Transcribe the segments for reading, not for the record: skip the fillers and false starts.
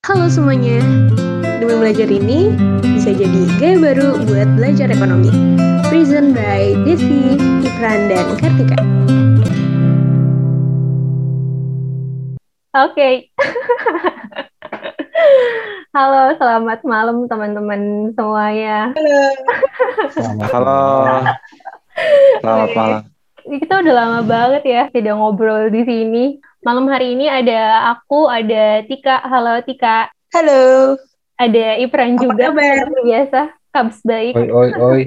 Halo semuanya, demi belajar ini bisa jadi gaya baru buat belajar ekonomi. Present by Desi, Ikran, dan Kartika. Oke. Halo, selamat malam teman-teman semuanya. Halo, selamat Wih, malam. kita udah lama banget ya tidak ngobrol di sini. Malam hari ini ada aku, ada Tika. Halo Tika. Halo, Ada Ipran apa juga, kabar? seperti biasa. Kabs baik. Oi, oi, oi.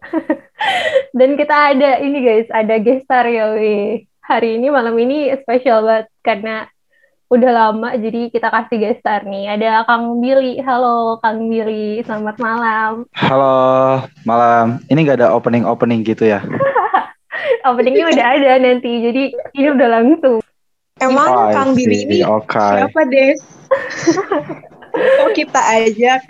Dan kita ada ini guys, ada gestar ya. Wih. Hari ini, malam ini spesial banget karena udah lama jadi kita kasih gestar nih. Ada Kang Billy. Halo Kang Billy, selamat malam. Halo, malam. Ini nggak ada opening-opening gitu ya? Openingnya udah ada nanti, jadi ini udah langsung. Emang Oh, I Kang Billy ini see. Oke. siapa, Des? Kok kita ajak?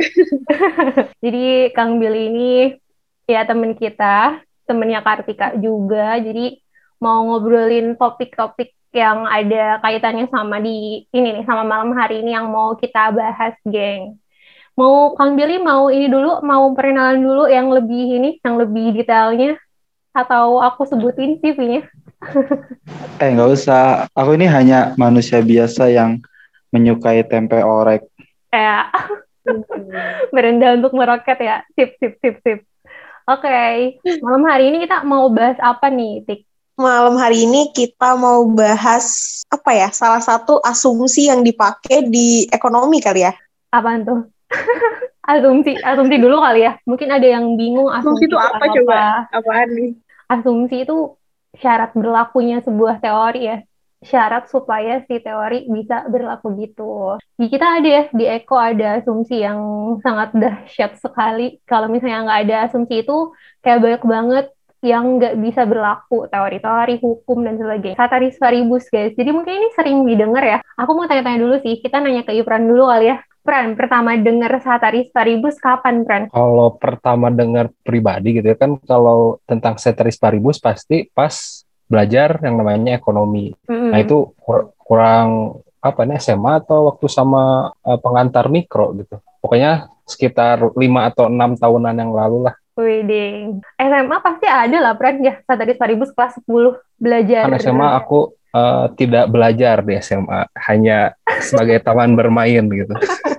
Jadi Kang Billy ini ya temen kita, temennya Kartika juga. Jadi mau ngobrolin topik-topik yang ada kaitannya sama di ini nih, sama malam hari ini yang mau kita bahas, geng. Mau Kang Billy mau ini dulu, mau perkenalan dulu yang lebih ini, yang lebih detailnya, atau aku sebutin CV-nya? Nggak usah. Aku ini hanya manusia biasa yang menyukai tempe orek. Kayak Hmm. merendah untuk meroket ya. Sip, sip, sip, sip. Oke, malam hari ini kita mau bahas apa nih, Tik? Malam hari ini kita mau bahas apa ya? Salah satu asumsi yang dipakai di ekonomi kali ya. Apaan tuh? Asumsi, asumsi dulu kali ya. Mungkin ada yang bingung Asumsi asumsi itu itu apa apa. coba? Apaan nih? Asumsi itu syarat berlakunya sebuah teori ya. Syarat supaya si teori bisa berlaku gitu. Di kita ada ya, di Eko ada asumsi yang sangat dahsyat sekali. Kalau misalnya nggak ada asumsi itu, kayak banyak banget yang nggak bisa berlaku. Teori-teori, hukum, dan sebagainya. Sataris paribus, guys. Jadi mungkin ini sering didengar ya. Aku mau tanya-tanya dulu sih. Kita nanya ke Ipran dulu kali ya. Pran, pertama dengar Sataris paribus kapan, Pran? Kalau pertama dengar pribadi gitu ya kan, kalau tentang ceteris paribus pasti pas belajar yang namanya ekonomi. Nah Mm-mm. itu kurang apa nih, SMA atau waktu sama pengantar mikro gitu. Pokoknya sekitar 5 atau 6 tahunan yang lalu lah. Widing. SMA pasti ada lah, Pran. Ya, Sataris paribus kelas 10 belajar. Kan SMA aku tidak belajar di SMA, hanya sebagai taman bermain gitu.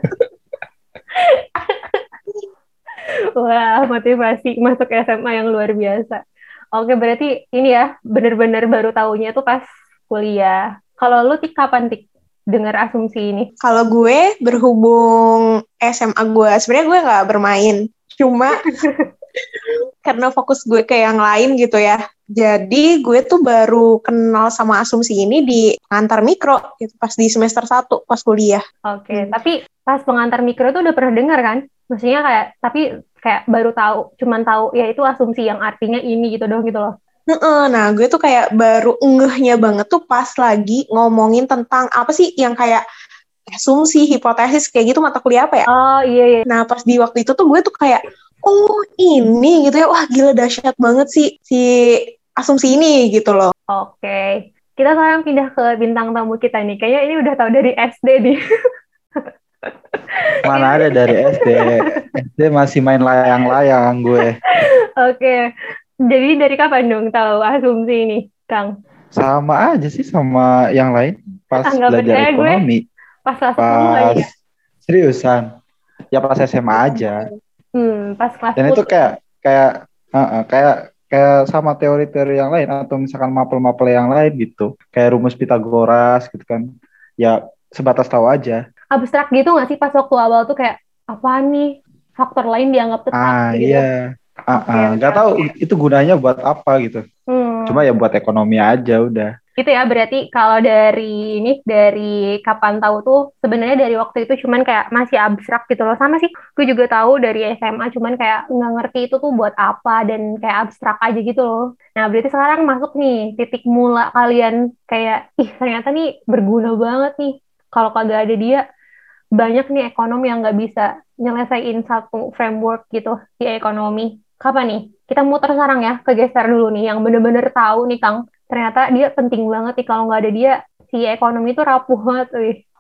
Wah, motivasi masuk SMA yang luar biasa. Oke, berarti ini ya, bener-bener baru tahunya tuh pas kuliah. Kalau lu, Tik, kapan, Tik, dengar asumsi ini? Kalau gue berhubung SMA gue, sebenarnya gue nggak bermain. Cuma karena fokus gue ke yang lain gitu ya. Jadi gue tuh baru kenal sama asumsi ini di antar mikro gitu, pas di semester 1 pas kuliah. Oke, Hmm. tapi pas pengantar mikro tuh udah pernah dengar kan? Maksudnya kayak, tapi kayak baru tahu, cuman tahu ya itu asumsi yang artinya ini gitu dong gitu loh. Nah, gue tuh kayak baru ngehnya banget tuh pas lagi ngomongin tentang apa sih yang kayak asumsi, hipotesis kayak gitu mata kuliah apa ya? Oh iya iya. Nah, pas di waktu itu tuh gue tuh kayak, oh ini gitu ya, wah gila dahsyat banget sih si asumsi ini gitu loh. Oke. Kita sekarang pindah ke bintang tamu kita nih. Kayaknya ini udah tahu dari SD nih. Mana ada dari SD? SD masih main layang-layang gue. Oke. Jadi dari kapan dong tahu asumsi ini, Kang? Sama aja sih sama yang lain. Pas Ah, nggak belajar percaya gue. ekonomi. Pas kelas 10 kali Pas ya. seriusan. Ya pas SMA aja. Pas kelas Dan itu 10. kayak kayak kayak kayak sama teori-teori yang lain atau misalkan mapel-mapel yang lain gitu. Kayak rumus Pitagoras gitu kan. Ya sebatas tahu aja. Abstrak gitu nggak sih pas waktu awal tuh kayak, apa nih? Faktor lain dianggap tetap gitu. Iya. Oke, oke, Nggak tahu oke. itu gunanya buat apa gitu. Cuma Hmm. ya buat ekonomi aja udah. Gitu ya, berarti kalau dari ini, dari kapan tahu tuh sebenarnya dari waktu itu cuman kayak masih abstrak gitu loh. Sama sih, gue juga tahu dari SMA cuman kayak nggak ngerti itu tuh buat apa dan kayak abstrak aja gitu loh. Nah, berarti sekarang masuk nih titik mula kalian kayak, ih ternyata nih berguna banget nih. Kalau kagak ada dia, banyak nih ekonom yang nggak bisa nyelesain satu framework gitu di ekonomi. Kapan nih? Kita muter sekarang ya, ke geser dulu nih, yang bener-bener tahu nih Kang. Ternyata dia penting banget nih, kalau nggak ada dia, si ekonomi itu rapuh banget. Wih.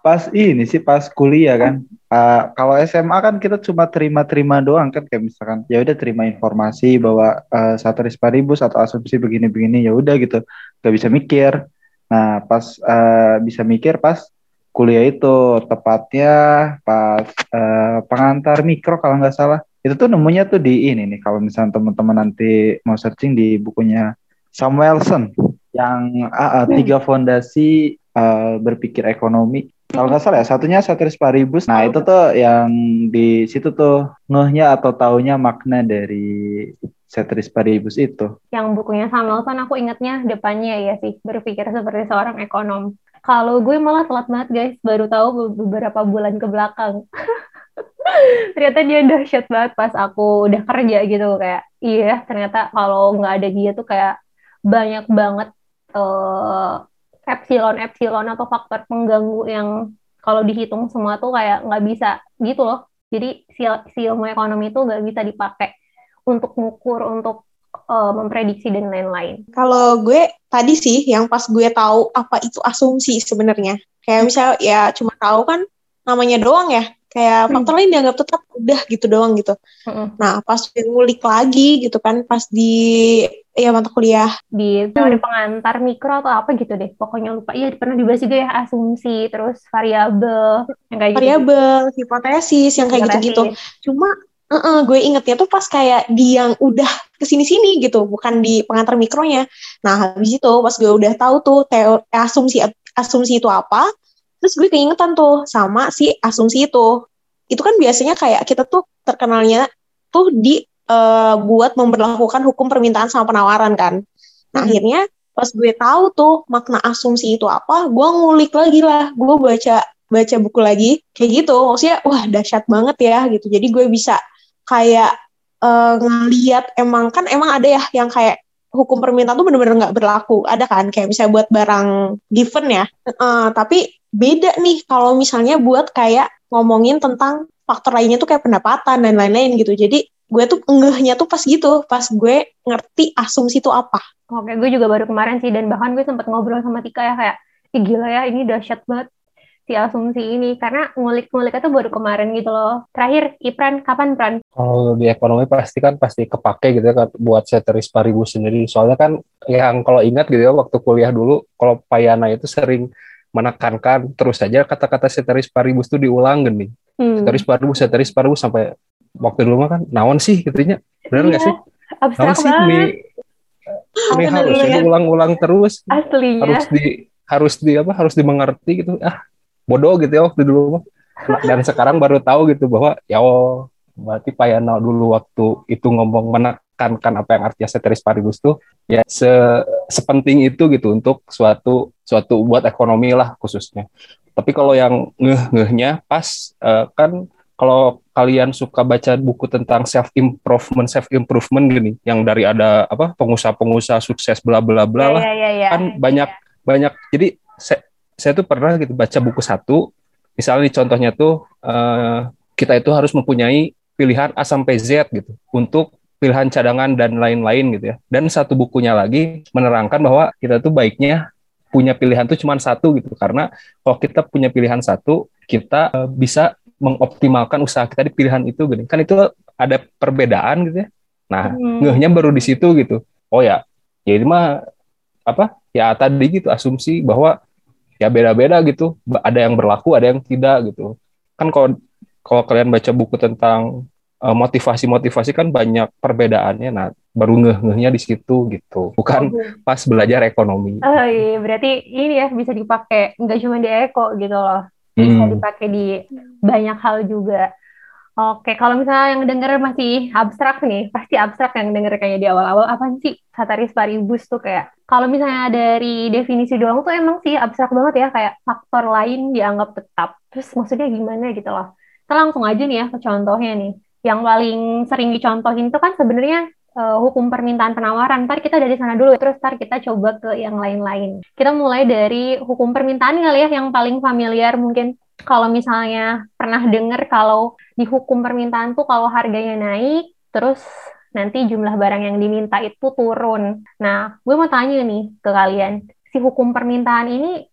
pas ini sih pas kuliah kan. Kalau SMA kan kita cuma terima-terima doang kan, kayak misalkan ya udah terima informasi bahwa ceteris paribus atau asumsi begini-begini, ya udah gitu, gak bisa mikir. Nah pas bisa mikir pas kuliah itu, tepatnya pas pengantar mikro kalau nggak salah. Itu tuh nemunya tuh di ini nih, kalau misalnya teman-teman nanti mau searching di bukunya Samuelson yang tiga fondasi berpikir ekonomi. Kalau nggak salah ya, satunya ceteris paribus. Nah itu tuh yang di situ tuh ngehnya atau taunya makna dari ceteris paribus itu. Yang bukunya Samuelson aku ingatnya depannya ya sih, berpikir seperti seorang ekonom. Kalau gue malah telat banget guys, baru tahu beberapa bulan ke belakang. Ternyata dia dahsyat banget pas aku udah kerja gitu, kayak iya ternyata kalau nggak ada dia tuh kayak banyak banget epsilon atau faktor pengganggu yang kalau dihitung semua tuh kayak nggak bisa gitu loh. Jadi si ilmu ekonomi itu nggak bisa dipakai untuk ngukur, untuk memprediksi dan lain-lain. Kalau gue tadi sih yang pas gue tahu apa itu asumsi sebenarnya. Kayak misalnya ya cuma tahu kan namanya doang ya. Kayak faktor lain dianggap tetap udah gitu doang gitu. Nah pas gue ngulik lagi gitu kan pas di mata kuliah di teori pengantar mikro atau apa gitu deh. Pokoknya lupa. Iya pernah dibahas juga ya asumsi, terus variabel yang kayak gitu. Variabel, hipotesis yang kayak gitu-gitu. Cuma gue ingetnya tuh pas kayak di yang udah kesini-sini gitu, bukan di pengantar mikronya. Nah habis itu pas gue udah tahu tuh teori asumsi itu apa, terus gue keingetan tuh sama si asumsi itu. Itu kan biasanya kayak kita tuh terkenalnya tuh di buat memberlakukan hukum permintaan sama penawaran kan. Nah akhirnya pas gue tahu tuh makna asumsi itu apa, gue ngulik lagi lah, gue baca buku lagi kayak gitu. Maksudnya wah dahsyat banget ya gitu. Jadi gue bisa kayak ngeliat emang ada ya yang kayak hukum permintaan tuh bener-bener nggak berlaku. Ada kan kayak misalnya buat barang given ya. Tapi beda nih kalau misalnya buat kayak ngomongin tentang faktor lainnya tuh kayak pendapatan dan lain-lain gitu. Jadi gue tuh ngehnya tuh pas gitu, pas gue ngerti asumsi itu apa. Oke, gue juga baru kemarin sih, dan bahkan gue sempat ngobrol sama Tika ya kayak, gila ya ini dahsyat banget si asumsi ini, karena ngulik-nguliknya tuh baru kemarin gitu loh. Terakhir, Ipran, kapan Pran? Kalau di ekonomi pasti kepake gitu ya buat ceteris paribus sendiri. Soalnya kan yang kalau ingat gitu ya waktu kuliah dulu, kalau Payana itu sering menekankan terus saja kata-kata ceteris paribus tuh diulang gini. Ceteris paribus sampai waktu dulu mah kan naon sih gitunya. Benar nggak sih? Abstrak naon sih banget. Ini harusnya diulang-ulang terus. Aslinya. Harus dimengerti gitu. Bodoh gitu ya waktu dulu mah. Dan sekarang baru tahu gitu bahwa ya berarti Payana dulu waktu itu ngomong menekankan apa yang artinya ceteris paribus tuh ya sepenting itu gitu untuk suatu buat ekonomi lah khususnya. Tapi kalau yang ngehnya pas kan kalau kalian suka baca buku tentang self improvement gini, yang dari ada pengusaha sukses bla bla bla lah, kan banyak. Jadi saya tuh pernah gitu baca buku satu, misalnya contohnya tuh kita itu harus mempunyai pilihan A sampai Z gitu untuk pilihan cadangan dan lain-lain gitu ya. Dan satu bukunya lagi menerangkan bahwa kita tuh baiknya punya pilihan tuh cuma satu gitu, karena kalau kita punya pilihan satu, kita bisa mengoptimalkan usaha kita di pilihan itu gitu. Kan itu ada perbedaan gitu ya. Nah, ngehnya baru di situ gitu. Oh ya ini mah ya tadi gitu asumsi bahwa ya beda-beda gitu. Ada yang berlaku, ada yang tidak gitu. Kan kalau kalian baca buku tentang motivasi kan banyak perbedaannya. Nah, baru ngehnya di situ gitu. Bukan pas belajar ekonomi. Oh iya, berarti ini ya bisa dipakai nggak cuma di eko gitu loh. Bisa dipakai di banyak hal juga. Oke, kalau misalnya yang denger masih abstrak nih, pasti abstrak yang denger kayaknya di awal-awal. Apa sih ceteris paribus tuh kayak? Kalau misalnya dari definisi doang tuh emang sih abstrak banget ya, kayak faktor lain dianggap tetap. Terus maksudnya gimana gitu loh. Kita langsung aja nih ya ke contohnya nih. Yang paling sering dicontohin itu kan sebenarnya hukum permintaan penawaran. Ntar kita dari sana dulu, terus ntar kita coba ke yang lain-lain. Kita mulai dari hukum permintaan kali ya, yang paling familiar mungkin. Kalau misalnya pernah dengar kalau di hukum permintaan tuh kalau harganya naik, terus nanti jumlah barang yang diminta itu turun. Nah, gue mau tanya nih ke kalian, si hukum permintaan ini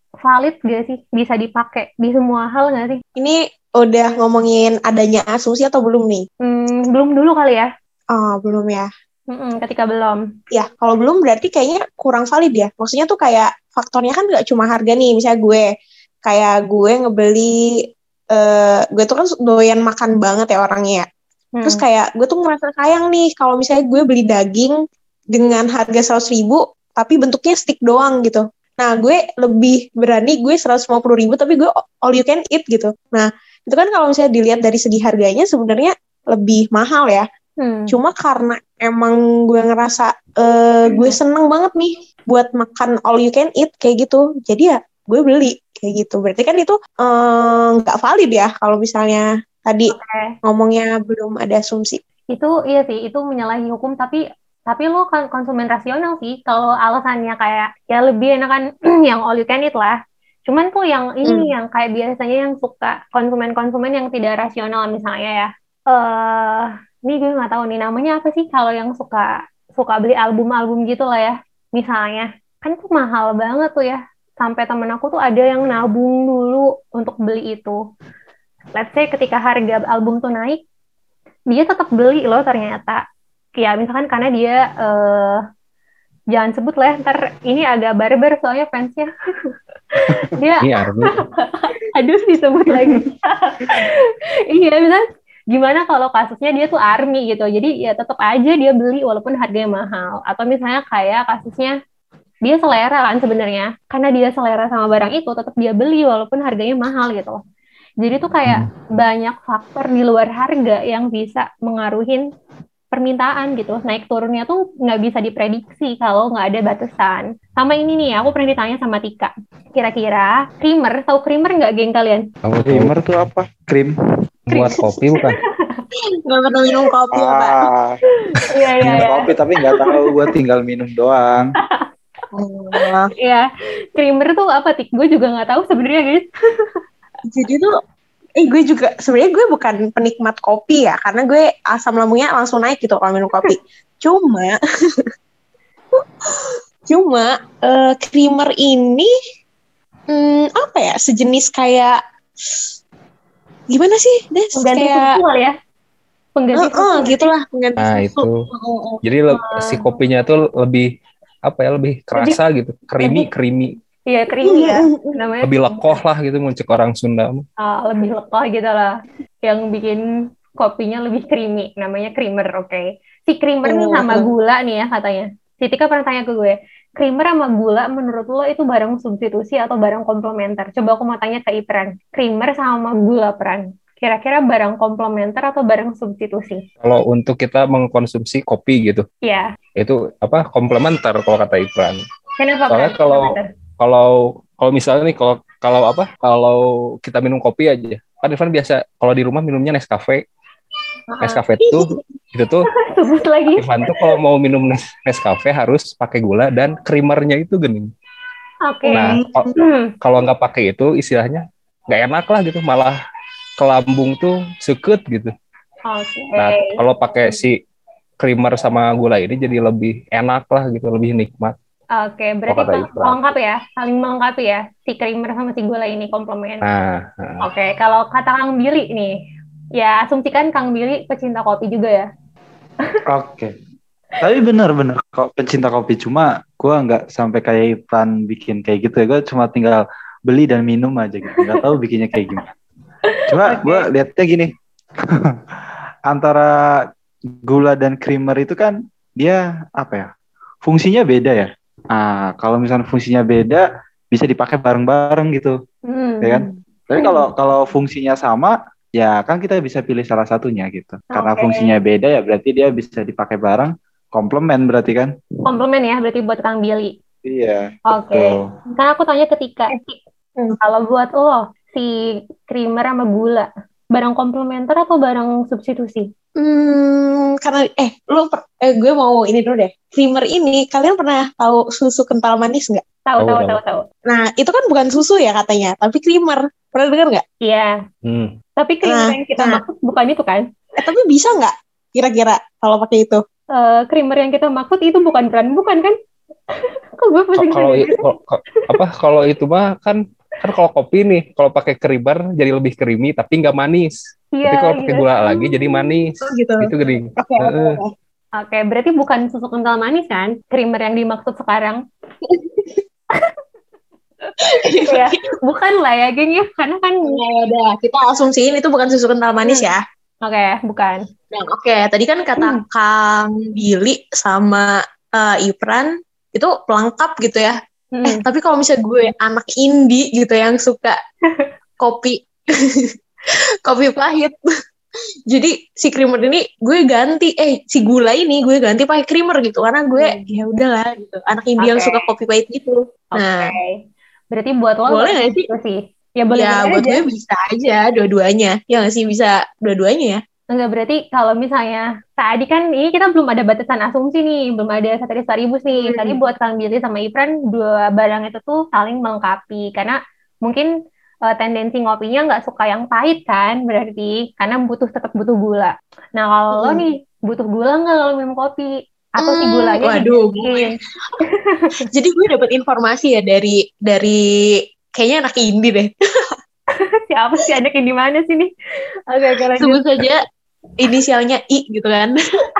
valid gak sih? Bisa dipakai di semua hal gak sih? Ini udah ngomongin adanya asumsi atau belum nih? Belum dulu kali ya. Oh, belum ya. Ketika belum. Ya, kalau belum berarti kayaknya kurang valid ya. Maksudnya tuh kayak faktornya kan gak cuma harga nih. Misalnya gue ngebeli, gue tuh kan doyan makan banget ya orangnya ya. Terus kayak gue tuh ngerasa sayang nih kalau misalnya gue beli daging dengan harga 100.000 tapi bentuknya stick doang gitu. Nah, gue lebih berani gue 150.000 tapi gue all you can eat gitu. Nah, itu kan kalau misalnya dilihat dari segi harganya sebenarnya lebih mahal ya. Cuma karena emang gue ngerasa gue seneng banget nih buat makan all you can eat kayak gitu. Jadi ya gue beli kayak gitu. Berarti kan itu nggak valid ya kalau misalnya tadi ngomongnya belum ada asumsi. Itu iya sih, itu menyalahi hukum, tapi lo kan konsumen rasional sih. Kalau alasannya kayak ya lebih enakan yang all you can eat lah. Cuman tuh yang ini yang kayak biasanya yang suka konsumen-konsumen yang tidak rasional misalnya ya. Ini gue nggak tahu nih namanya apa sih kalau yang suka beli album-album gitu lah ya. Misalnya kan itu mahal banget tuh ya. Sampai temen aku tuh ada yang nabung dulu untuk beli itu. Let's say ketika harga album tuh naik, dia tetap beli loh ternyata. Ya misalkan karena dia jangan sebut lah, ntar ini agak barbar soalnya fansnya. Dia aduh disebut lagi. Iya misalnya gimana kalau kasusnya dia tuh ARMY gitu, jadi ya tetap aja dia beli walaupun harganya mahal. Atau misalnya kayak kasusnya dia selera kan sebenarnya, karena dia selera sama barang itu tetap dia beli walaupun harganya mahal gitu. Jadi tuh kayak banyak faktor di luar harga yang bisa mengaruhin permintaan gitu. Naik turunnya tuh nggak bisa diprediksi kalau nggak ada batasan. Sama ini nih, aku pernah ditanya sama Tika. Kira-kira creamer, tahu creamer nggak geng kalian? Creamer tuh apa? Krim? Buat kopi bukan? Nggak pernah minum kopi ya, Pak? Iya. Minum kopi tapi nggak tahu, gue tinggal minum doang. Iya, creamer tuh apa, Tik? Gue juga nggak tahu sebenarnya, guys. Jadi tuh, gue juga sebenarnya gue bukan penikmat kopi ya, karena gue asam lambungnya langsung naik gitu kalau minum kopi. Cuma creamer ini apa ya, sejenis kayak gimana sih, Des? Pengganti susu kali ya? Pengganti susu. Gitulah, pengganti Nah, susu. itu. Jadi si kopinya tuh lebih apa ya, lebih kerasa gitu, creamy. Iya, creamy ya. Namanya lebih lekoh lah gitu, muncul orang Sunda. Lebih lekoh gitu lah. Yang bikin kopinya lebih creamy. Namanya creamer, oke. Si creamer nih sama gula nih ya katanya. Si Tika pernah tanya ke gue, creamer sama gula menurut lo itu barang substitusi atau barang komplementer? Coba aku mau tanya ke Ipran. Creamer sama gula, Pran. Kira-kira barang komplementer atau barang substitusi? Kalau untuk kita mengkonsumsi kopi gitu, itu apa, komplementer kalau kata Ipran. Kenapa? Soalnya kalau misalnya nih, kalau kita minum kopi aja, kan Irfan biasa kalau di rumah minumnya Nescafe. Nescafe itu tuh sebut lagi. Irfan tuh kalau mau minum Nescafe harus pakai gula dan creamernya itu gening. Oke. Nah, kalau nggak pakai itu istilahnya nggak enak lah gitu, malah ke lambung tuh sekut gitu. Nah, kalau pakai si creamer sama gula ini jadi lebih enak lah gitu, lebih nikmat. Oke, berarti lengkap ya, saling melengkapi ya, si creamer sama si gula ini komplement. Oke, kalau kata Kang Billy nih, ya asumsikan Kang Billy pecinta kopi juga ya. Oke. Tapi benar kok pecinta kopi, cuma gue nggak sampai kayak Ipran bikin kayak gitu. Gue cuma tinggal beli dan minum aja gitu, nggak tahu bikinnya kayak gimana. Cuma gue lihatnya gini, antara gula dan creamer itu kan dia apa ya, fungsinya beda ya. Nah, kalau misalnya fungsinya beda, bisa dipakai bareng-bareng gitu, ya kan? Tapi kalau fungsinya sama, ya kan kita bisa pilih salah satunya gitu. Karena fungsinya beda ya, berarti dia bisa dipakai bareng, komplement berarti kan? Komplement ya, berarti buat Kang Billy. Iya. Oke. Kan aku tanya ketika, kalau buat lo, si creamer sama gula, barang komplementer atau barang substitusi? Karena gue mau ini dulu deh. Creamer ini kalian pernah tahu susu kental manis nggak? Tahu. Nah, itu kan bukan susu ya katanya, tapi creamer. Pernah dengar nggak? Iya. Tapi creamer yang kita maksud bukan itu kan? Tapi bisa nggak kira-kira kalau pakai itu? Creamer yang kita maksud itu bukan brand, bukan kan? Kok gue pusing Kalau sendiri? kalau itu mah kan kalau kopi nih, kalau pakai creamer jadi lebih creamy tapi nggak manis. Iya, Tapi kalau pakai gitu. gula lagi jadi manis. Oh gitu. Gitu gering. Oke, oke, Heeh. oke. Oke, berarti bukan susu kental manis kan? Creamer yang dimaksud sekarang. Ya, bukan lah ya, geng ya. Karena kan, Ya udah, kita asumsiin itu bukan susu kental manis ya. oke, bukan. Dan oke, tadi kan kata Kang Billy sama Ipran itu pelengkap gitu ya. Tapi kalau misalnya gue anak indie gitu yang suka kopi kopi pahit. Jadi si creamer ini gue ganti si gula ini gue ganti pakai creamer gitu karena gue ya udahlah gitu. Anak indie yang Oke. suka kopi pahit gitu. Oke. Nah, Berarti buat lo boleh nggak sih? gitu sih. Ya boleh Ya buat aja. gue bisa aja dua-duanya. Ya nggak sih bisa dua-duanya ya. Enggak, berarti kalau misalnya tadi kan ini kita belum ada batasan asumsi nih, belum ada satelit paribus nih. Tadi buat Kang Billy sama Ipran, dua barang itu tuh saling melengkapi. Karena mungkin tendensi ngopinya nggak suka yang pahit kan, berarti karena tetap butuh gula. Nah kalau lo nih, butuh gula nggak kalau minum kopi? Atau si gulanya Waduh, digantiin? Jadi gue dapat informasi ya dari kayaknya anak indie deh. Siapa sih anak yang di mana sih nih? Oke, lanjut. Sebut saja inisialnya I gitu kan.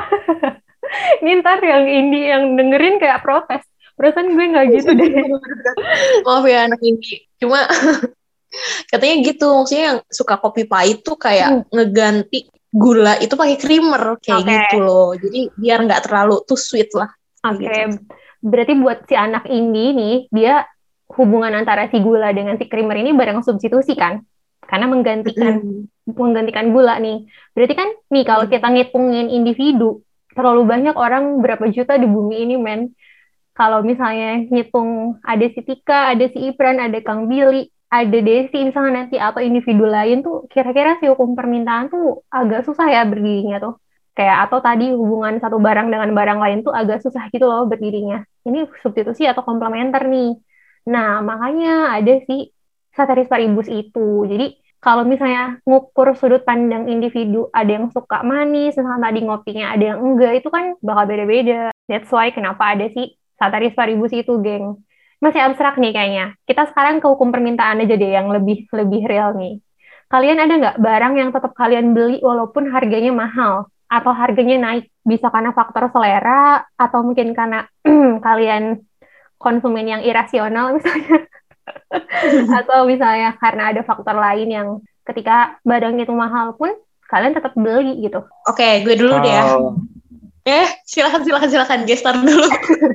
Ini ntar yang indie yang dengerin kayak protes. Perasaan gue nggak gitu deh. Maaf ya anak indie. Cuma katanya gitu, maksudnya yang suka kopi pahit tuh kayak ngeganti gula itu pakai creamer kayak gitu loh. Jadi biar nggak terlalu too sweet lah. Oke, Gitu. berarti buat si anak indie nih, dia hubungan antara si gula dengan si creamer ini barang substitusi kan? Karena menggantikan gula nih. Berarti kan nih kalau kita ngitungin individu, terlalu banyak orang berapa juta di bumi ini, men. Kalau misalnya ngitung ada si Tika, ada si Ipran, ada Kang Billy, ada Desi misalnya nanti, atau individu lain tuh, kira-kira si hukum permintaan tuh agak susah ya berdirinya tuh. Kayak atau tadi hubungan satu barang dengan barang lain tuh agak susah gitu loh berdirinya. Ini substitusi atau komplementer nih. Nah, makanya ada si Ceteris paribus itu. Jadi kalau misalnya ngukur sudut pandang individu, ada yang suka manis, misalnya tadi ngopinya ada yang enggak, itu kan bakal beda-beda. That's why kenapa ada si Ceteris paribus itu, geng. Masih abstrak nih kayaknya. Kita sekarang ke hukum permintaan aja deh yang lebih real nih. Kalian ada nggak barang yang tetap kalian beli walaupun harganya mahal? Atau harganya naik? Bisa karena faktor selera, atau mungkin karena kalian konsumen yang irasional misalnya. Atau misalnya karena ada faktor lain yang ketika barang itu mahal pun kalian tetap beli gitu. Oke, gue dulu deh ya. Silakan gestar dulu.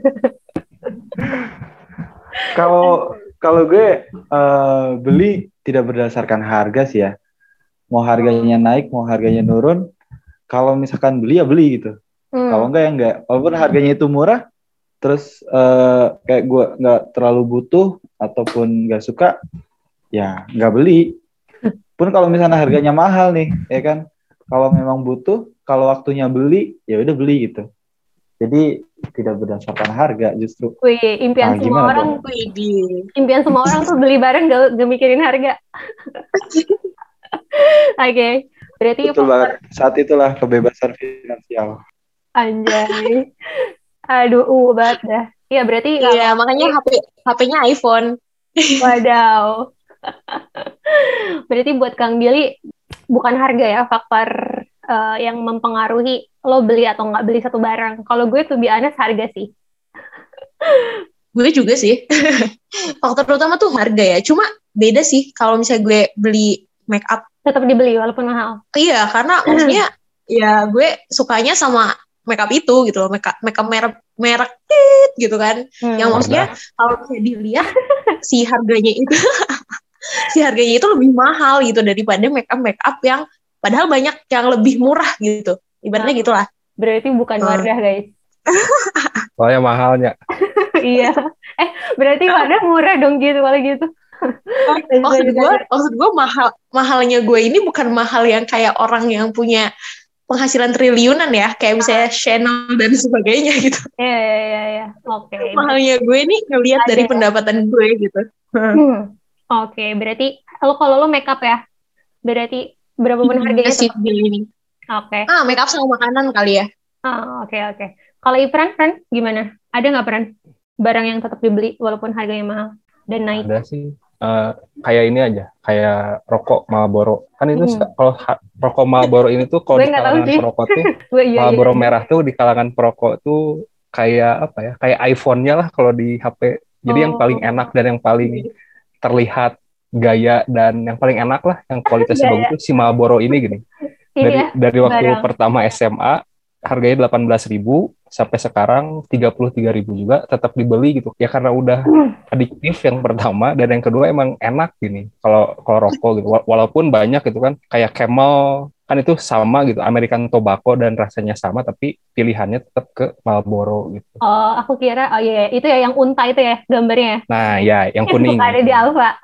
Kalau gue beli tidak berdasarkan harga sih ya. Mau harganya naik, mau harganya turun. Kalau misalkan beli ya beli gitu. Kalau enggak ya enggak. Walaupun harganya itu murah, terus kayak gue nggak terlalu butuh ataupun nggak suka, ya nggak beli. Pun kalau misalnya harganya mahal nih, ya kan. Kalau memang butuh, kalau waktunya beli, ya udah beli gitu. Jadi tidak berdasarkan harga justru. Wih, impian semua orang. Impian semua orang tuh beli barang gak mikirin harga. Oke. Berarti betul banget. Saat itulah kebebasan finansial. Anjay. Aduh, banget dah. Iya, berarti iya, makanya HP-nya iPhone. Wadaw. Berarti buat Kang Billy bukan harga ya faktor yang mempengaruhi lo beli atau nggak beli satu barang. Kalau gue tuh honest harga sih. Gue juga sih. Faktor utama tuh harga ya. Cuma beda sih kalau misalnya gue beli make up. Tetap dibeli walaupun mahal. Iya, karena maksudnya ya gue sukanya sama make up itu gitu loh. Make up merek gitu kan. Yang maksudnya kalau misalnya dilihat si harganya itu lebih mahal gitu daripada make up yang padahal banyak yang lebih murah gitu. Ibaratnya gitulah. Berarti bukan Wardah, guys. Soalnya mahalnya. Iya. Berarti Wardah murah dong gitu kalau gitu. Maksud gue mahalnya gue ini bukan mahal yang kayak orang yang punya penghasilan triliunan ya, kayak misalnya Chanel dan sebagainya gitu. Iya. Oke. Mahalnya gue ini ngelihat dari pendapatan gue gitu. Oke, berarti kalau lo make up ya, berarti berapapun harganya tetap ini. Oke. Make up sama makanan kali ya. Oke. Kalau Ipran, gimana? Ada nggak, Pran? barang yang tetap dibeli walaupun harganya mahal dan naik? Ada sih. Kayak ini aja, kayak rokok Marlboro. Kan itu kalau rokok Marlboro ini tuh kalau Gue di nggak tahu kalangan sih. perokok tuh Iya. Marlboro merah tuh di kalangan perokok tuh kayak apa ya? Kayak iPhone-nya lah kalau di HP. Jadi yang paling enak dan yang paling terlihat gaya dan yang paling enak lah, yang kualitasnya bagus tuh si Marlboro ini gini. Dari waktu pertama SMA harganya 18.000 sampai sekarang 33.000 juga tetap dibeli gitu ya, karena udah adiktif yang pertama, dan yang kedua emang enak gini kalau rokok gitu, walaupun banyak gitu kan kayak Camel kan itu sama gitu, American Tobacco, dan rasanya sama tapi pilihannya tetap ke Marlboro gitu. Oh, aku kira iya itu ya yang unta itu ya gambarnya. Nah ya yang kuning ada gitu. di Alfa.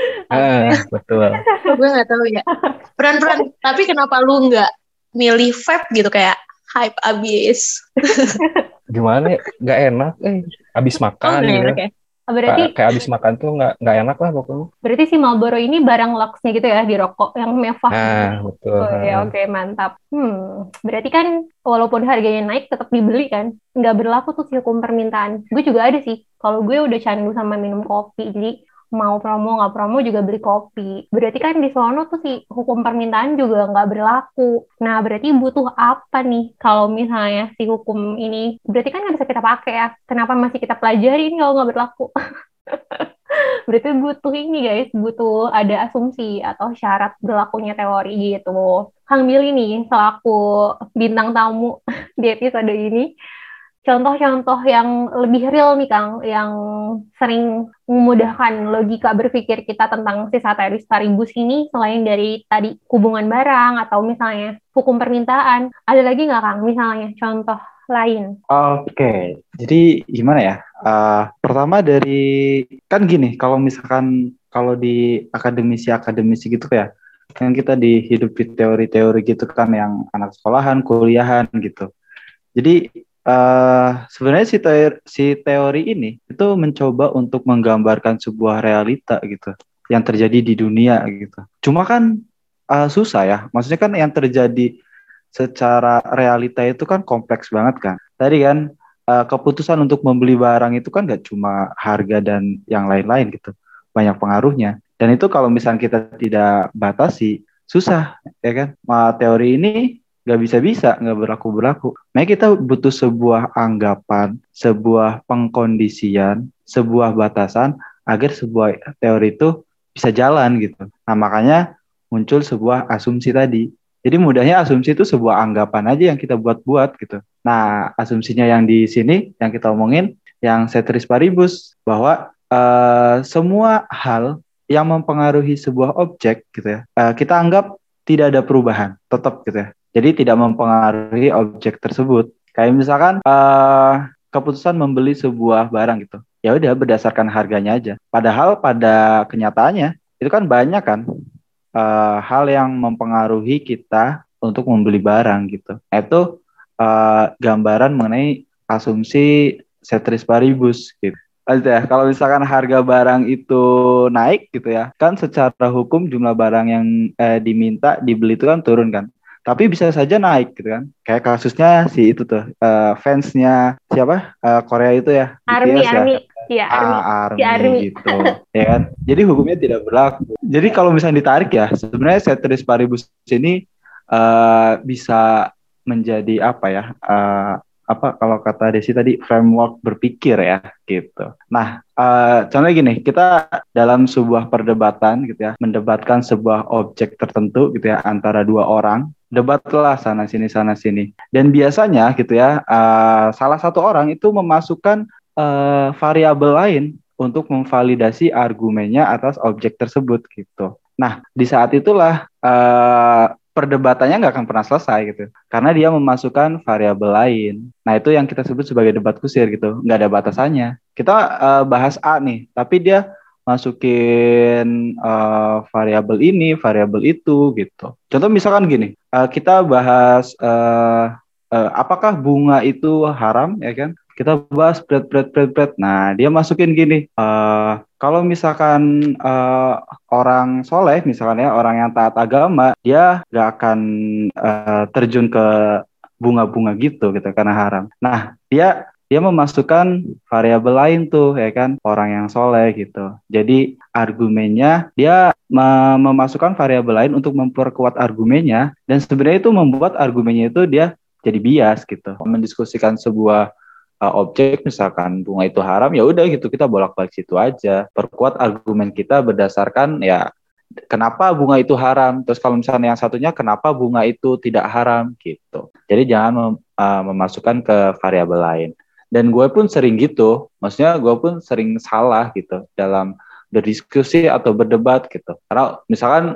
Betul. Gue nggak tahu ya. Peran. Tapi kenapa lu nggak milih vape gitu kayak hype abis? Gimana ya? Nggak enak. Abis makan nggak gitu. enak ya? Berarti kayak abis makan tuh nggak enak lah pokoknya. Berarti si Marlboro ini barang luxnya gitu ya di rokok yang mewah. Nah betul. Oh ya oke, mantap. Berarti kan walaupun harganya naik tetap dibeli kan? Nggak berlaku tuh si hukum permintaan. Gue juga ada sih. Kalau gue udah candu sama minum kopi, jadi mau promo nggak promo juga beli kopi. Berarti kan di sono tuh si hukum permintaan juga nggak berlaku. Nah berarti butuh apa nih kalau misalnya si hukum ini? Berarti kan nggak bisa kita pakai ya. Kenapa masih kita pelajari ini kalau nggak berlaku? Berarti butuh ini guys, butuh ada asumsi atau syarat berlakunya teori gitu. Kang Billy nih selaku bintang tamu di episode ini, contoh-contoh yang lebih real nih Kang, yang sering memudahkan logika berpikir kita tentang si Ceteris Paribus ini, selain dari tadi hubungan barang atau misalnya hukum permintaan, ada lagi nggak Kang misalnya contoh lain? Oke, jadi gimana ya? Pertama dari, kan gini, kalau misalkan kalau di akademisi gitu ya, kan kita hidup di teori-teori gitu kan, yang anak sekolahan, kuliahan gitu. Jadi sebenarnya si teori ini itu mencoba untuk menggambarkan sebuah realita gitu yang terjadi di dunia gitu. Cuma kan susah ya. Maksudnya kan yang terjadi secara realita itu kan kompleks banget kan. Tadi kan keputusan untuk membeli barang itu kan gak cuma harga dan yang lain-lain gitu. Banyak pengaruhnya. Dan itu kalau misalnya kita tidak batasi, susah ya kan. Teori ini nggak bisa-bisa, nggak berlaku-berlaku. Makanya kita butuh sebuah anggapan, sebuah pengkondisian, sebuah batasan agar sebuah teori itu bisa jalan gitu. Nah makanya muncul sebuah asumsi tadi. Jadi mudahnya asumsi itu sebuah anggapan aja yang kita buat-buat gitu. Nah asumsinya yang di sini, yang kita omongin, yang Ceteris Paribus, bahwa semua hal yang mempengaruhi sebuah objek gitu ya, kita anggap tidak ada perubahan, tetap gitu ya. Jadi tidak mempengaruhi objek tersebut. Kayak misalkan keputusan membeli sebuah barang gitu. Ya udah berdasarkan harganya aja. Padahal pada kenyataannya itu kan banyak kan hal yang mempengaruhi kita untuk membeli barang gitu. Itu gambaran mengenai asumsi Ceteris Paribus gitu. Ya, kalau misalkan harga barang itu naik gitu ya, kan secara hukum jumlah barang yang diminta dibeli itu kan turun kan. Tapi bisa saja naik gitu kan. Kayak kasusnya si itu tuh, fansnya siapa? Korea itu ya. Army, BTS Army. Ya. Iya, Army gitu. Ya kan? Jadi hukumnya tidak berlaku. Jadi kalau misalnya ditarik ya, sebenarnya Ceteris Paribus ini bisa menjadi apa ya? Kalau kata Desi tadi, framework berpikir ya gitu. Nah, contohnya gini, kita dalam sebuah perdebatan gitu ya, mendebatkan sebuah objek tertentu gitu ya antara dua orang, debatlah sana sini. Dan biasanya gitu ya, salah satu orang itu memasukkan variabel lain untuk memvalidasi argumennya atas objek tersebut gitu. Nah, di saat itulah perdebatannya nggak akan pernah selesai gitu, karena dia memasukkan variabel lain. Nah itu yang kita sebut sebagai debat kusir gitu, nggak ada batasannya. Kita bahas A nih, tapi dia masukin variabel ini, variabel itu gitu. Contoh misalkan gini, kita bahas apakah bunga itu haram ya kan? Kita bahas bread. Nah dia masukin gini, kalau misalkan orang soleh, misalkan ya orang yang taat agama, dia gak akan terjun ke bunga-bunga gitu karena haram. Nah, dia dia memasukkan variabel lain tuh ya kan, orang yang soleh gitu. Jadi argumennya dia memasukkan variabel lain untuk memperkuat argumennya, dan sebenarnya itu membuat argumennya itu dia jadi bias gitu. Mendiskusikan sebuah objek, misalkan bunga itu haram, ya udah gitu kita bolak-balik situ aja. Perkuat argumen kita berdasarkan ya kenapa bunga itu haram. Terus kalau misalnya yang satunya kenapa bunga itu tidak haram gitu. Jadi jangan memasukkan ke variabel lain. Dan gue pun sering gitu, maksudnya gue pun sering salah gitu dalam berdiskusi atau berdebat gitu. Karena misalkan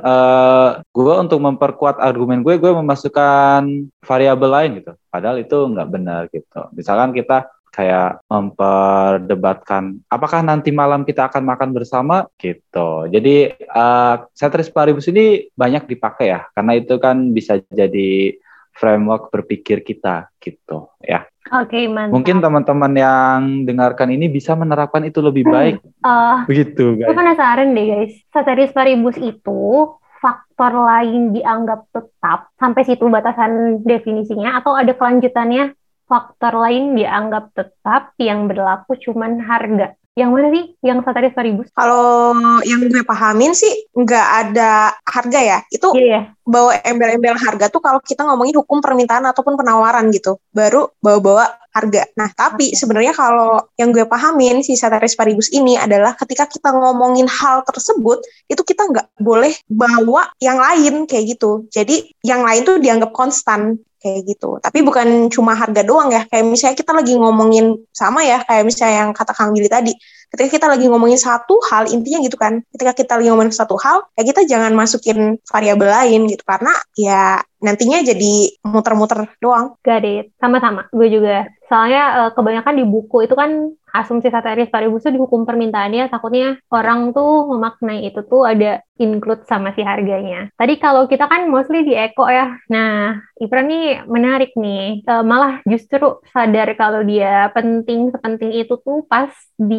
gue untuk memperkuat argumen gue memasukkan variabel lain gitu. Padahal itu nggak benar gitu. Misalkan kita kayak memperdebatkan apakah nanti malam kita akan makan bersama gitu. Jadi ceteris paribus ini banyak dipakai ya, karena itu kan bisa jadi framework berpikir kita gitu ya. Oke, mantap. Mungkin teman-teman yang dengarkan ini bisa menerapkan itu lebih baik. Begitu, guys. Gue penasaran deh, guys. Ceteris paribus itu faktor lain dianggap tetap sampai situ batasan definisinya, atau ada kelanjutannya faktor lain dianggap tetap yang berlaku cuman harga? Yang mana sih yang ceteris paribus? Kalau yang gue pahamin sih nggak ada harga ya. Itu bawa embel-embel harga tuh kalau kita ngomongin hukum permintaan ataupun penawaran gitu. Baru bawa-bawa harga. Nah, tapi sebenarnya kalau yang gue pahamin si ceteris paribus ini adalah ketika kita ngomongin hal tersebut, itu kita nggak boleh bawa yang lain kayak gitu. Jadi yang lain tuh dianggap konstan kayak gitu. Tapi bukan cuma harga doang ya. Kayak misalnya kita lagi ngomongin sama ya, kayak misalnya yang kata Kang Billy tadi. Ketika kita lagi ngomongin satu hal, intinya gitu kan. Ketika kita lagi ngomongin satu hal, ya kita jangan masukin variabel lain gitu. Karena ya nantinya jadi muter-muter doang. Got it. Sama-sama. Gue juga. Soalnya kebanyakan di buku itu kan asumsi ceteris paribus itu di hukum permintaannya, takutnya orang tuh memaknai itu tuh ada include sama si harganya. Tadi kalau kita kan mostly di eko ya. Nah, Ifran nih menarik nih. Malah justru sadar kalau dia sepenting itu tuh pas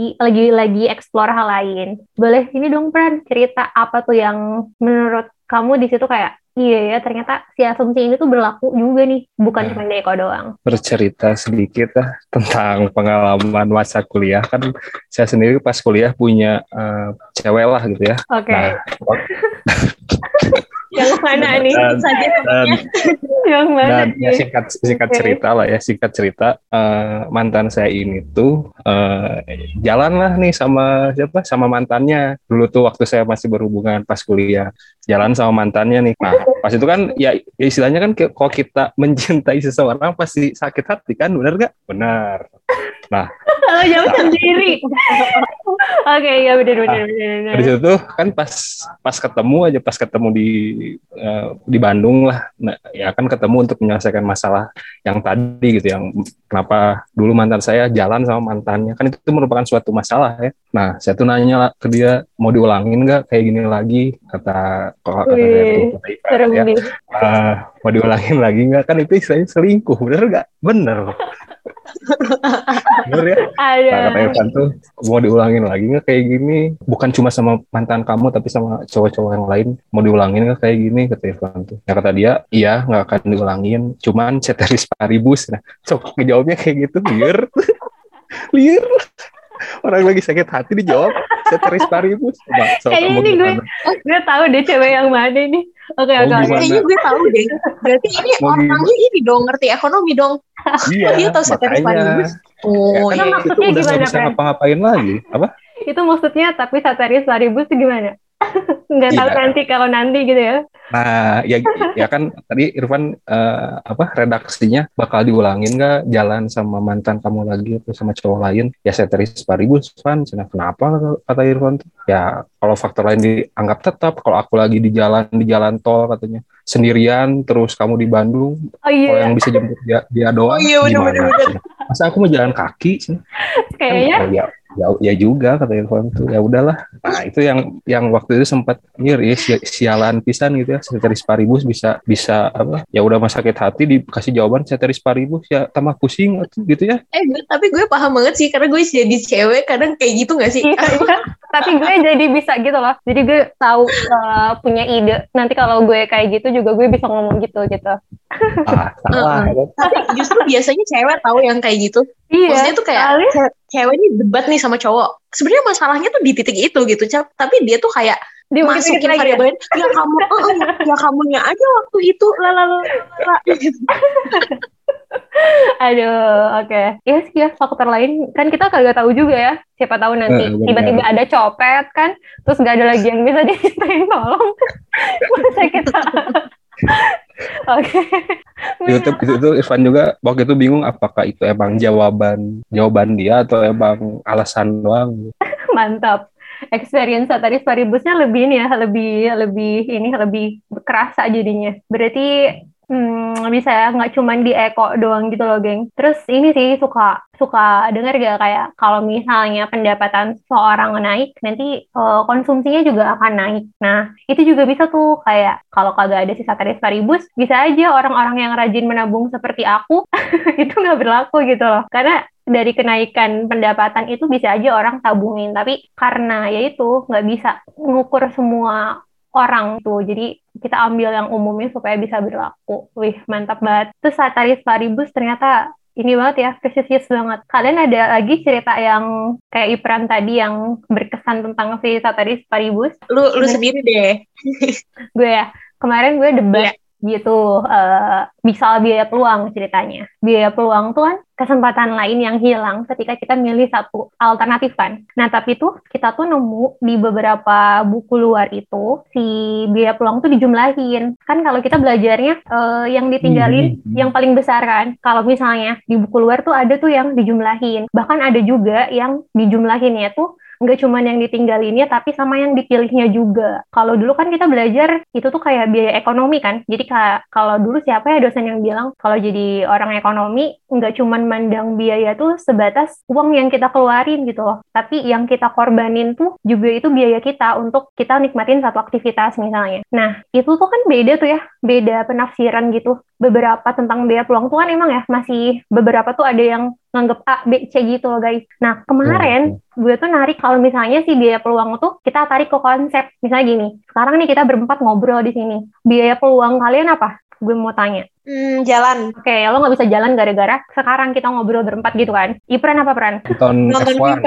lagi explore hal lain. Boleh ini dong, Fran, cerita apa tuh yang menurut kamu di situ kayak iya ya, ternyata si asumsi ini tuh berlaku juga nih, bukan cuma di eko doang. Bercerita sedikit tentang pengalaman masa kuliah. Kan saya sendiri pas kuliah punya cewek lah gitu ya. Oke. Nah, yang mana nih? Yang mana? Dan ya, singkat cerita lah ya, singkat cerita mantan saya ini tuh jalan lah nih sama mantannya. Dulu tuh waktu saya masih berhubungan pas kuliah, jalan sama mantannya nih. Nah, pas itu kan ya istilahnya kan kalau kita mencintai seseorang pasti sakit hati kan, benar nggak? Benar. Nah, kalau jawab sendiri. Oke, ya benar. Di situ tuh kan pas ketemu di Bandung lah. Nah, ya kan ketemu untuk menyelesaikan masalah yang tadi gitu, yang kenapa dulu mantan saya jalan sama mantannya, kan itu merupakan suatu masalah ya. Nah, saya tuh nanya ke dia, mau diulangin nggak kayak gini lagi, kata saya ya. Mau diulangin lagi nggak, kan itu istilahnya selingkuh, bener nggak? Bener. Bener ya? Nah, kata Irfan tuh, mau diulangin lagi nggak kayak gini? Bukan cuma sama mantan kamu, tapi sama cowok-cowok yang lain. Mau diulangin nggak kayak gini? Kata Irfan tuh. Ya kata dia, iya nggak akan diulangin. Cuman ceteris paribus. Nah, jawabnya kayak gitu, liar. Orang lagi sakit hati dijawab ceteris paribus. Kayaknya ini gue tahu deh cewek yang mana ini. Oke. Kayaknya gue tahu deh. Berarti ini orangnya ini dong, ngerti ekonomi dong. Iya, dia tahu ceteris paribus. Oh, iya. Maksudnya itu udah nggak bisa ngapa-ngapain lagi. Apa? Itu maksudnya tapi ceteris paribus itu gimana? Nggak tahu nanti gitu ya. Nah, ya kan tadi Irfan redaksinya bakal diulangin nggak jalan sama mantan kamu lagi atau sama cowok lain? Ya ceteris paribus, Irfan. Kenapa kata Irfan? Ya kalau faktor lain dianggap tetap. Kalau aku lagi di jalan tol katanya sendirian, terus kamu di Bandung, kalau yang bisa jemput dia doang, gimana? Masa aku mau jalan kaki sih? Kayaknya. Ya juga kata Irfan tuh, ya udahlah. Nah itu yang waktu itu sempat sialan pisan gitu ya, ceteris paribus bisa apa ya, udah mah sakit hati dikasih jawaban ceteris paribus ya tambah pusing gitu ya. Tapi gue paham banget sih, karena gue jadi cewek kadang kayak gitu nggak sih? Tapi gue jadi bisa gitu loh, jadi gue tahu punya ide nanti kalau gue kayak gitu juga gue bisa ngomong gitu. Salah. Kan? Tapi justru biasanya cewek tahu yang kayak gitu. Iya, Maksudnya tuh kayak cewek ini debat nih sama cowok. Sebenarnya masalahnya tuh di titik itu gitu. Tapi dia tuh kayak masukin variabelnya. Ya kamu, ya kamunya aja waktu itu gitu. Aduh, oke. Ya sih ya, faktor lain kan kita kagak tahu juga ya. Siapa tahu nanti tiba-tiba ada copet kan, terus gak ada lagi yang bisa dimintain tolong. Masa kita. Oke. Itu Irfan juga waktu itu bingung apakah itu emang jawaban dia atau emang alasan doang. Mantap. Experience Sataris Paribusnya lebih ini ya, lebih kerasa jadinya. Berarti bisa ya, nggak cuma di Eko doang gitu loh, geng. Terus ini sih suka dengar gak kayak kalau misalnya pendapatan seorang naik, nanti konsumsinya juga akan naik. Nah, itu juga bisa tuh kayak kalau kagak ada si Sataris Paribus, bisa aja orang-orang yang rajin menabung seperti aku itu nggak berlaku gitu loh. Karena dari kenaikan pendapatan itu bisa aja orang tabungin, tapi karena ya itu nggak bisa ngukur semua orang tuh, jadi kita ambil yang umumnya supaya bisa berlaku. Wih, mantap banget. Terus Sataris Paribus ternyata ini banget ya, precious banget. Kalian ada lagi cerita yang kayak Ipran tadi yang berkesan tentang si Sataris Paribus? Lu sendiri deh. Gue ya, kemarin gue debat gitu, misal biaya peluang ceritanya. Biaya peluang tuh kan kesempatan lain yang hilang ketika kita milih satu alternatif kan. Nah, tapi tuh kita tuh nemu di beberapa buku luar itu si biaya peluang tuh dijumlahin. Kan kalau kita belajarnya yang ditinggalin yang paling besar kan. Kalau misalnya di buku luar tuh ada tuh yang dijumlahin. Bahkan ada juga yang dijumlahinnya tuh nggak cuma yang ditinggalinnya, tapi sama yang dipilihnya juga. Kalau dulu kan kita belajar, itu tuh kayak biaya ekonomi kan. Jadi kalau dulu siapa ya dosen yang bilang, kalau jadi orang ekonomi, nggak cuma mandang biaya tuh sebatas uang yang kita keluarin gitu loh. Tapi yang kita korbanin tuh juga itu biaya kita untuk kita nikmatin satu aktivitas misalnya. Nah, itu tuh kan beda tuh ya, beda penafsiran gitu. Beberapa tentang biaya peluang tuh kan emang ya, masih beberapa tuh ada yang nganggep A, B, C gitu loh guys. Nah, kemarin gue tuh narik kalau misalnya si biaya peluang tuh kita tarik ke konsep. Misalnya gini, sekarang nih kita berempat ngobrol di sini. Biaya peluang kalian apa? Gue mau tanya. Jalan. Oke, lo nggak bisa jalan gara-gara sekarang kita ngobrol berempat gitu kan. Ipran apa, Pran? Nonton FIFA.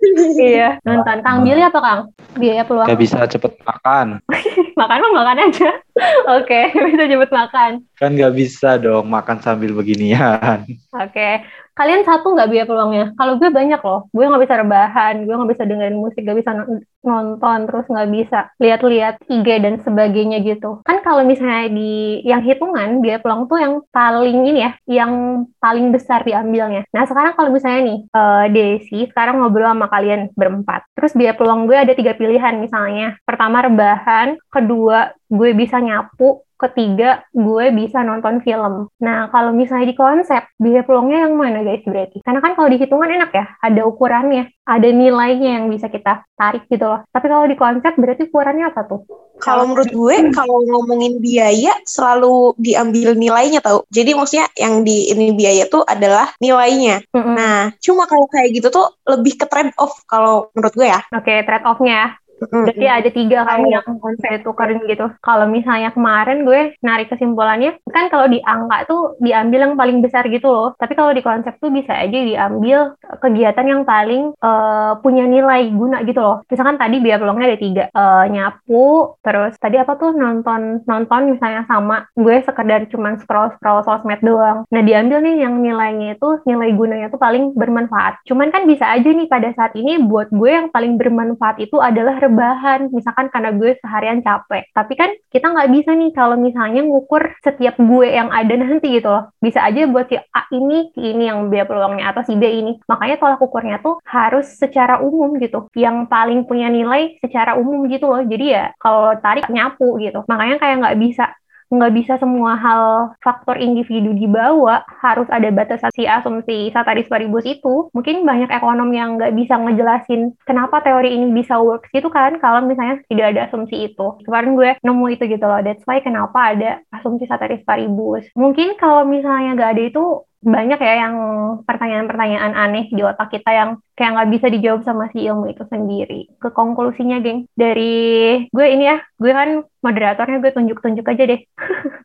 Iya, nonton. Kang Billy apa, Kang? Biaya peluang. Gak bisa cepet makan. Makan aja. Oke, bisa cepet makan. Kan gak bisa dong makan sambil beginian. Oke. Kalian satu nggak biaya peluangnya? Kalau gue banyak loh. Gue nggak bisa rebahan, gue nggak bisa dengerin musik, nggak bisa nonton, terus nggak bisa lihat-lihat IG dan sebagainya gitu. Kan kalau misalnya di yang hitungan, biaya peluang tuh yang paling ini ya, yang paling besar diambilnya. Nah sekarang kalau misalnya nih, Desi sekarang ngobrol sama kalian berempat. Terus biaya peluang gue ada 3 pilihan misalnya. Pertama rebahan, kedua gue bisa nyapu, ketiga gue bisa nonton film. Nah kalau misalnya di konsep biaya peluangnya yang mana guys berarti? Karena kan kalau di hitungan enak ya, ada ukurannya, ada nilainya yang bisa kita tarik gitu loh. Tapi kalau di konsep berarti ukurannya apa tuh? Kalau menurut gue kalau ngomongin biaya selalu diambil nilainya tau. Jadi maksudnya yang di ini biaya tuh adalah nilainya. Nah cuma kalau kayak gitu tuh lebih ke trade off kalau menurut gue ya. Oke, trade off-nya. Berarti ada 3 kan yang saya tukerin gitu. Kalau misalnya kemarin gue narik kesimpulannya, kan kalau di angka tuh diambil yang paling besar gitu loh. Tapi kalau di konsep tuh bisa aja diambil kegiatan yang paling punya nilai guna gitu loh. Misalkan tadi biaya peluangnya ada 3. Nyapu, terus tadi apa tuh nonton misalnya sama. Gue sekedar cuman scroll sosmed doang. Nah diambil nih yang nilainya itu, nilai gunanya tuh paling bermanfaat. Cuman kan bisa aja nih pada saat ini buat gue yang paling bermanfaat itu adalah rebahan, misalkan karena gue seharian capek. Tapi kan kita nggak bisa nih kalau misalnya ngukur setiap gue yang ada nanti gitu loh. Bisa aja buat si A ini, si ini yang biaya peluangnya, atau si B ini. Makanya tolak ukurnya tuh harus secara umum gitu. Yang paling punya nilai secara umum gitu loh. Jadi ya kalau tarik nyapu gitu. Makanya kayak nggak bisa semua hal faktor individu dibawa, harus ada batasan si asumsi Sataris Paribus itu. Mungkin banyak ekonom yang nggak bisa ngejelasin kenapa teori ini bisa works gitu kan, kalau misalnya tidak ada asumsi itu. Kemarin gue nemu itu gitu loh, that's why kenapa ada asumsi Sataris Paribus. Mungkin kalau misalnya nggak ada itu, banyak ya yang pertanyaan-pertanyaan aneh di otak kita yang kayak nggak bisa dijawab sama si ilmu itu sendiri. Ke konklusinya, geng, dari gue ini ya, gue kan moderatornya, gue tunjuk-tunjuk aja deh.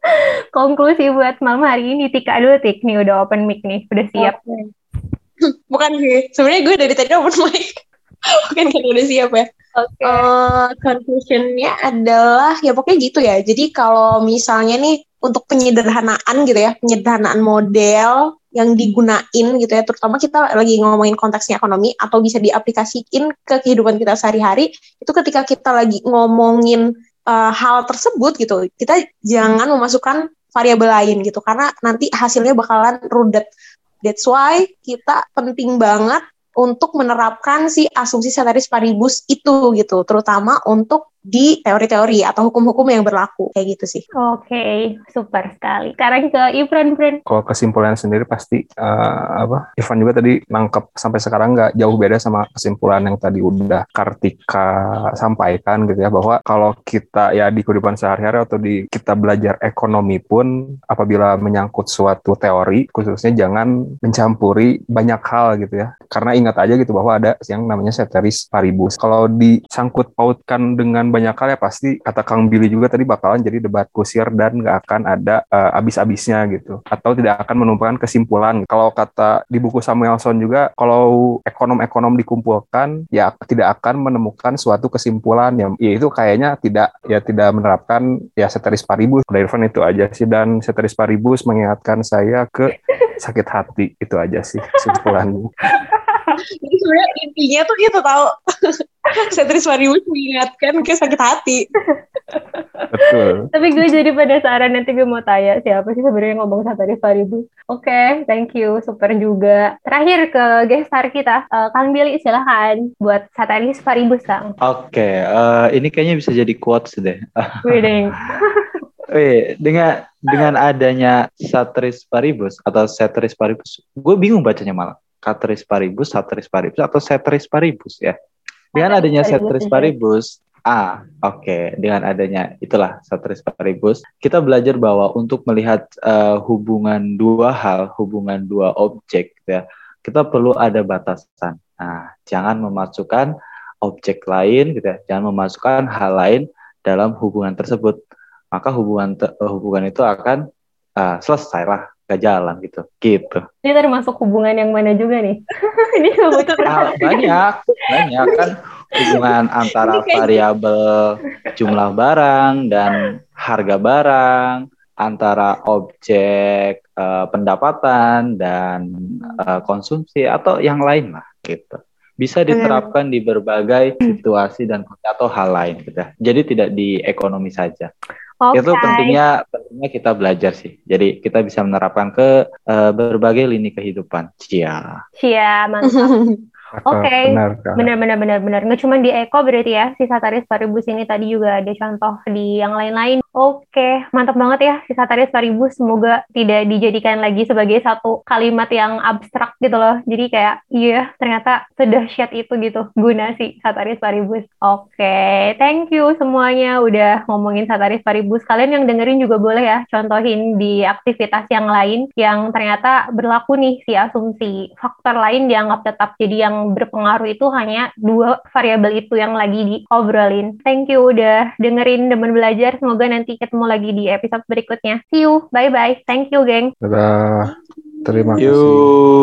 Konklusi buat malam hari ini, Tika dulu, Tik. Nih udah open mic nih, udah siap. Oke. Bukan gue. Sebenarnya gue dari tadi open mic. Bukan kan udah siap ya. Oke. Conclusion-nya adalah ya pokoknya gitu ya. Jadi kalau misalnya nih untuk penyederhanaan gitu ya, penyederhanaan model yang digunain gitu ya, terutama kita lagi ngomongin konteksnya ekonomi atau bisa diaplikasiin ke kehidupan kita sehari-hari, itu ketika kita lagi ngomongin hal tersebut gitu, kita jangan memasukkan variabel lain gitu, karena nanti hasilnya bakalan rudet. That's why kita penting banget untuk menerapkan si asumsi ceteris paribus itu gitu, terutama untuk di teori-teori atau hukum-hukum yang berlaku kayak gitu sih. Oke, super sekali. Sekarang ke Ifran, Fran. Kalau kesimpulan sendiri pasti Ivan juga tadi nangkep sampai sekarang nggak jauh beda sama kesimpulan yang tadi udah Kartika sampaikan gitu ya, bahwa kalau kita ya di kehidupan sehari-hari atau di kita belajar ekonomi pun apabila menyangkut suatu teori khususnya jangan mencampuri banyak hal gitu ya, karena ingat aja gitu bahwa ada yang namanya ceteris paribus. Kalau disangkut pautkan dengan banyak hal ya pasti kata Kang Billy juga tadi bakalan jadi debat kusir dan nggak akan ada habis-habisnya gitu, atau tidak akan menumpukan kesimpulan. Kalau kata di buku Samuelson juga, kalau ekonom-ekonom dikumpulkan ya tidak akan menemukan suatu kesimpulan yang ya itu kayaknya tidak menerapkan ya ceteris paribus. Dari Irfan itu aja sih, dan ceteris paribus mengingatkan saya ke sakit hati, itu aja sih kesimpulannya. Jadi sebenarnya intinya tuh itu tahu ceteris paribus mengingatkan ke sakit hati. Betul. Tapi gue jadi penasaran, nanti gue mau tanya siapa sih sebenarnya ngomong ceteris paribus. Oke, thank you, super juga. Terakhir ke guest star kita, Kang Billy silahkan buat ceteris paribus, Kang. Oke, ini kayaknya bisa jadi quotes deh. Wideng. Dengan adanya ceteris paribus atau ceteris paribus, gue bingung bacanya malah. Ceteris paribus, ceteris paribus, atau ceteris paribus ya. Dengan adanya ceteris paribus, dengan adanya itulah ceteris paribus, kita belajar bahwa untuk melihat hubungan dua hal, hubungan dua objek, gitu ya, kita perlu ada batasan. Nah, jangan memasukkan objek lain, gitu ya, jangan memasukkan hal lain dalam hubungan tersebut. Maka hubungan itu akan selesai lah, gak jalan gitu. Ini termasuk hubungan yang mana juga nih? Ini banyak kan hubungan antara variabel jumlah barang dan harga barang, antara objek pendapatan dan konsumsi atau yang lain lah gitu. Bisa diterapkan di berbagai situasi dan atau hal lain gitu. Jadi tidak di ekonomi saja. Okay. Itu pentingnya kita belajar sih. Jadi kita bisa menerapkan ke berbagai lini kehidupan. Cia, mantap. Oke, benar. Nggak cuma di Eko berarti ya, si ceteris paribus ini tadi juga ada contoh di yang lain-lain. Oke, mantap banget ya si ceteris paribus. Semoga tidak dijadikan lagi sebagai satu kalimat yang abstrak gitu loh. Jadi kayak, iya ternyata sedahsyat itu gitu guna si ceteris paribus. Oke, thank you semuanya udah ngomongin ceteris paribus. Kalian yang dengerin juga boleh ya contohin di aktivitas yang lain yang ternyata berlaku nih si asumsi. Faktor lain dianggap tetap, jadi yang berpengaruh itu hanya dua variabel itu yang lagi diobrolin. Thank you udah dengerin Demen Belajar. Semoga nanti ketemu lagi di episode berikutnya. See you. Bye-bye. Thank you, geng. Dadah. Terima kasih.